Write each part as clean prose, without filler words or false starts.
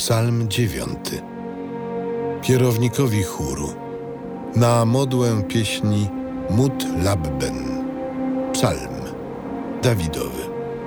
Psalm 9. Kierownikowi chóru. Na modłę pieśni Mut Labben. Psalm Dawidowy.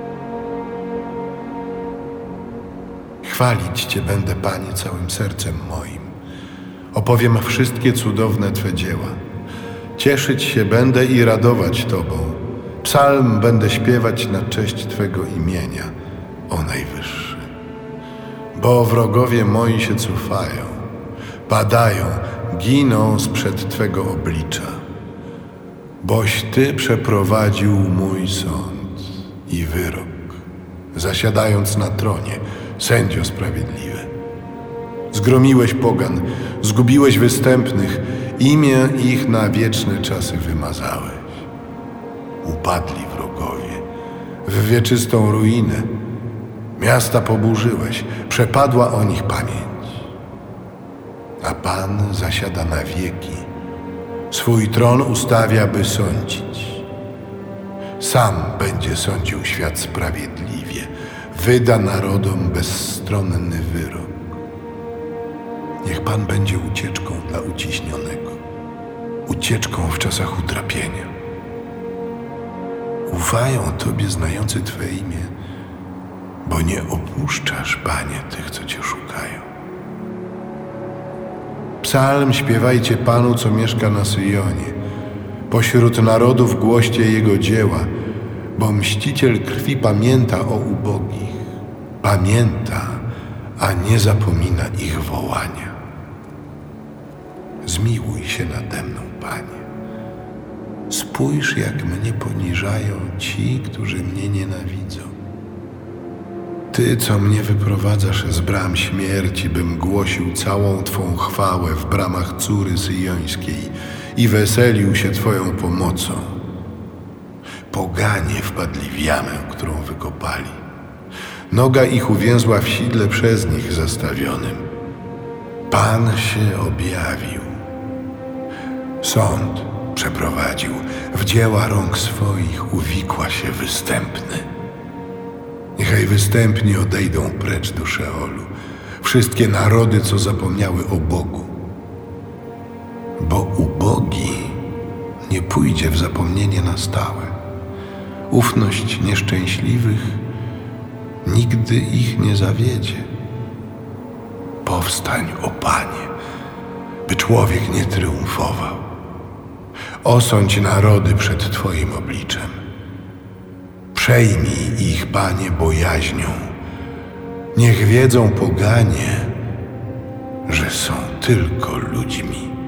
Chwalić Cię będę, Panie, całym sercem moim. Opowiem wszystkie cudowne Twe dzieła. Cieszyć się będę i radować Tobą. Psalm będę śpiewać na cześć Twego imienia, o Najwyższy. Bo wrogowie moi się cofają, padają, giną sprzed Twego oblicza. Boś Ty przeprowadził mój sąd i wyrok, zasiadając na tronie, sędzio sprawiedliwy. Zgromiłeś pogan, zgubiłeś występnych, imię ich na wieczne czasy wymazałeś. Upadli wrogowie w wieczystą ruinę. Miasta poburzyłeś, przepadła o nich pamięć. A Pan zasiada na wieki, swój tron ustawia, by sądzić. Sam będzie sądził świat sprawiedliwie, wyda narodom bezstronny wyrok. Niech Pan będzie ucieczką dla uciśnionego, ucieczką w czasach utrapienia. Ufają Tobie znający Twe imię, bo nie opuszczasz, Panie, tych, co Cię szukają. Psalm śpiewajcie Panu, co mieszka na Syjonie. Pośród narodów głoście Jego dzieła, bo mściciel krwi pamięta o ubogich. Pamięta, a nie zapomina ich wołania. Zmiłuj się nade mną, Panie. Spójrz, jak mnie poniżają ci, którzy mnie nienawidzą. Ty, co mnie wyprowadzasz z bram śmierci, bym głosił całą Twą chwałę w bramach córy syjońskiej i weselił się Twoją pomocą. Poganie wpadli w jamę, którą wykopali. Noga ich uwięzła w sidle przez nich zastawionym. Pan się objawił. Sąd przeprowadził. W dzieła rąk swoich uwikła się występny. Niechaj występni odejdą precz do Szeolu, wszystkie narody, co zapomniały o Bogu. Bo ubogi nie pójdzie w zapomnienie na stałe. Ufność nieszczęśliwych nigdy ich nie zawiedzie. Powstań, o Panie, by człowiek nie triumfował. Osądź narody przed Twoim obliczem. Przejmij ich, Panie, bojaźnią. Niech wiedzą poganie, że są tylko ludźmi.